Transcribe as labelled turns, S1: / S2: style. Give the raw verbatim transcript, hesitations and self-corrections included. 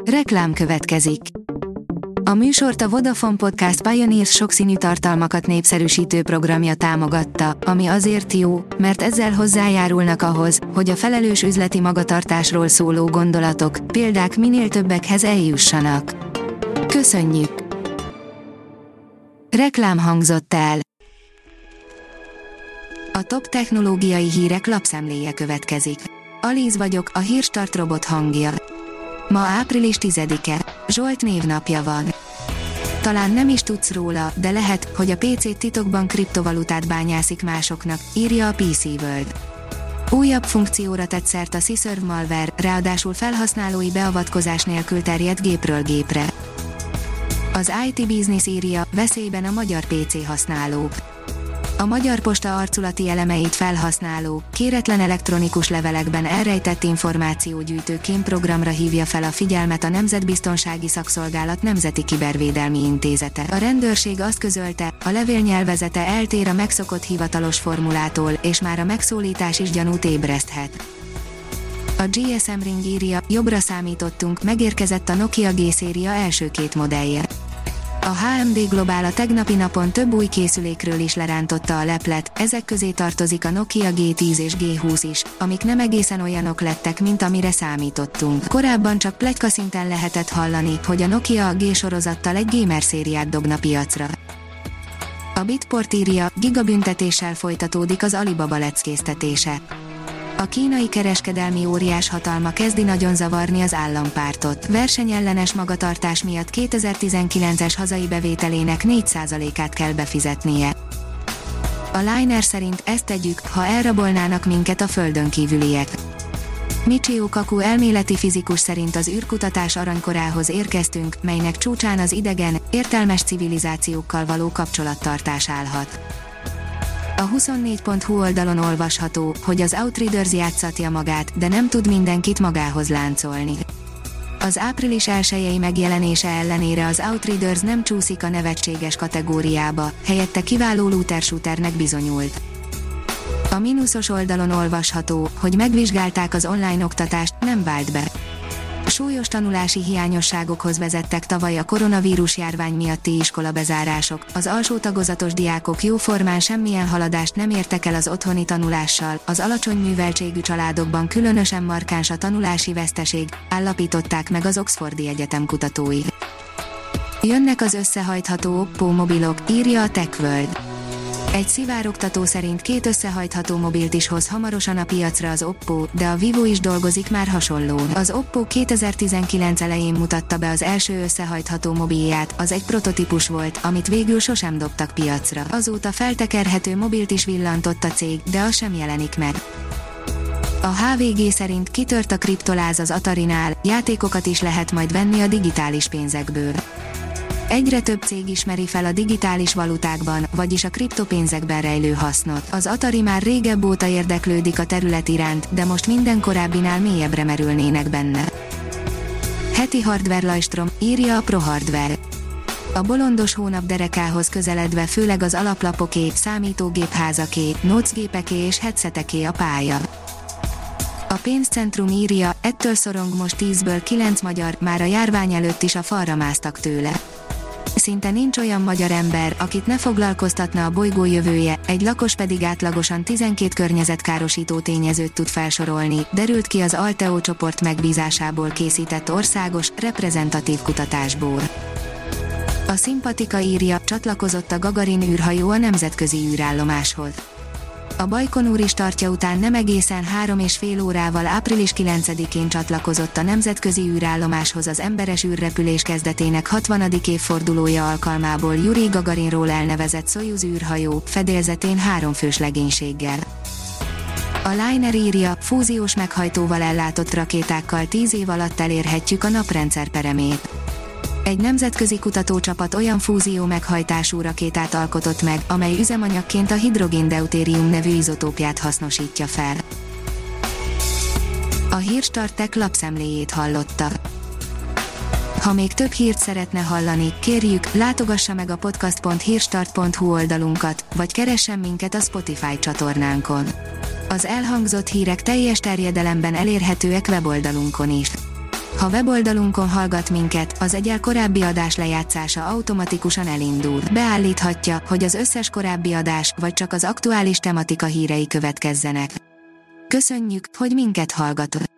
S1: Reklám következik. A műsort a Vodafone Podcast Pioneers sokszínű tartalmakat népszerűsítő programja támogatta, ami azért jó, mert ezzel hozzájárulnak ahhoz, hogy a felelős üzleti magatartásról szóló gondolatok, példák minél többekhez eljussanak. Köszönjük! Reklám hangzott el. A top technológiai hírek lapszemléje következik. Alíz vagyok, a Hírstart robot hangja. Ma április tizedike, Zsolt névnapja van. Talán nem is tudsz róla, de lehet, hogy a pé cé titokban kriptovalutát bányászik másoknak, írja a pé cé World. Újabb funkcióra tett szert a Syserve malware, ráadásul felhasználói beavatkozás nélkül terjed gépről gépre. Az i té Business írja, veszélyben a magyar pé cé használók. A Magyar Posta arculati elemeit felhasználó, kéretlen elektronikus levelekben elrejtett információgyűjtő kémprogramra hívja fel a figyelmet a Nemzetbiztonsági Szakszolgálat Nemzeti Kibervédelmi Intézete. A rendőrség azt közölte, a levél nyelvezete eltér a megszokott hivatalos formulától, és már a megszólítás is gyanút ébreszthet. A gé es em Ring írja, jobbra számítottunk, megérkezett a Nokia G-széria első két modellje. A há em dé Global a tegnapi napon több új készülékről is lerántotta a leplet, ezek közé tartozik a Nokia G tíz és G húsz is, amik nem egészen olyanok lettek, mint amire számítottunk. Korábban csak pletyka szinten lehetett hallani, hogy a Nokia a G sorozattal egy gamer szériát dobna piacra. A Bitport írja, gigabüntetéssel folytatódik az Alibaba leckéztetése. A kínai kereskedelmi óriás hatalma kezdi nagyon zavarni az állampártot. Versenyellenes magatartás miatt kétezer-tizenkilences hazai bevételének négy százalékát kell befizetnie. A Liner szerint ezt tegyük, ha elrabolnának minket a földön kívüliek. Michio Kaku elméleti fizikus szerint az űrkutatás aranykorához érkeztünk, melynek csúcsán az idegen, értelmes civilizációkkal való kapcsolattartás állhat. A huszonnégy pont hu oldalon olvasható, hogy az Outriders játszatja magát, de nem tud mindenkit magához láncolni. Az április elsejei megjelenése ellenére az Outriders nem csúszik a nevetséges kategóriába, helyette kiváló looter shooternek bizonyult. A mínuszos oldalon olvasható, hogy megvizsgálták az online oktatást, nem vált be. Súlyos tanulási hiányosságokhoz vezettek tavaly a koronavírus járvány miatti iskolabezárások, az alsó tagozatos diákok jóformán semmilyen haladást nem értek el az otthoni tanulással, az alacsony műveltségű családokban különösen markáns a tanulási veszteség, állapították meg az Oxfordi Egyetem kutatói. Jönnek az összehajtható Oppo mobilok, írja a TechWorld. Egy szivárogtató szerint két összehajtható mobilt is hoz hamarosan a piacra az Oppo, de a Vivo is dolgozik már hasonlón. Az Oppo kétezer-tizenkilenc elején mutatta be az első összehajtható mobilját, az egy prototípus volt, amit végül sosem dobtak piacra. Azóta feltekerhető mobilt is villantott a cég, de az sem jelenik meg. A há vé gé szerint kitört a kriptoláz az Atarinál, játékokat is lehet majd venni a digitális pénzekből. Egyre több cég ismeri fel a digitális valutákban, vagyis a kriptopénzekben rejlő hasznot. Az Atari már régebb óta érdeklődik a terület iránt, de most minden korábbinál mélyebbre merülnének benne. Heti hardware lajstrom, írja a ProHardware. A bolondos hónap derekához közeledve főleg az alaplapoké, számítógépházaké, notesgépeké és headseteké a pálya. A pénzcentrum írja, ettől szorong most tízből kilenc magyar, már a járvány előtt is a falra másztak tőle. Szinte nincs olyan magyar ember, akit ne foglalkoztatna a bolygó jövője, egy lakos pedig átlagosan tizenkét környezetkárosító tényezőt tud felsorolni, derült ki az Alteo csoport megbízásából készített országos, reprezentatív kutatásból. A Szimpatika írja, csatlakozott a Gagarin űrhajó a nemzetközi űrállomáshoz. A Bajkonur is tartja után nem egészen három és fél órával április kilencedikén csatlakozott a nemzetközi űrállomáshoz az emberes űrrepülés kezdetének hatvanadik évfordulója alkalmából Jurij Gagarinról elnevezett Szojuz űrhajó, fedélzetén három fős legénységgel. A Liner írja, fúziós meghajtóval ellátott rakétákkal tíz év alatt elérhetjük a naprendszer peremét. Egy nemzetközi kutatócsapat olyan fúzió meghajtású rakétát alkotott meg, amely üzemanyagként a hidrogén-deutérium nevű izotópját hasznosítja fel. A Hírstart Tech lapszemléjét hallotta. Ha még több hírt szeretne hallani, kérjük, látogassa meg a podcast pont hírstart pont hu oldalunkat, vagy keressen minket a Spotify csatornánkon. Az elhangzott hírek teljes terjedelemben elérhetőek weboldalunkon is. Ha weboldalunkon hallgat minket, az egyel korábbi adás lejátszása automatikusan elindul. Beállíthatja, hogy az összes korábbi adás, vagy csak az aktuális tematika hírei következzenek. Köszönjük, hogy minket hallgatod!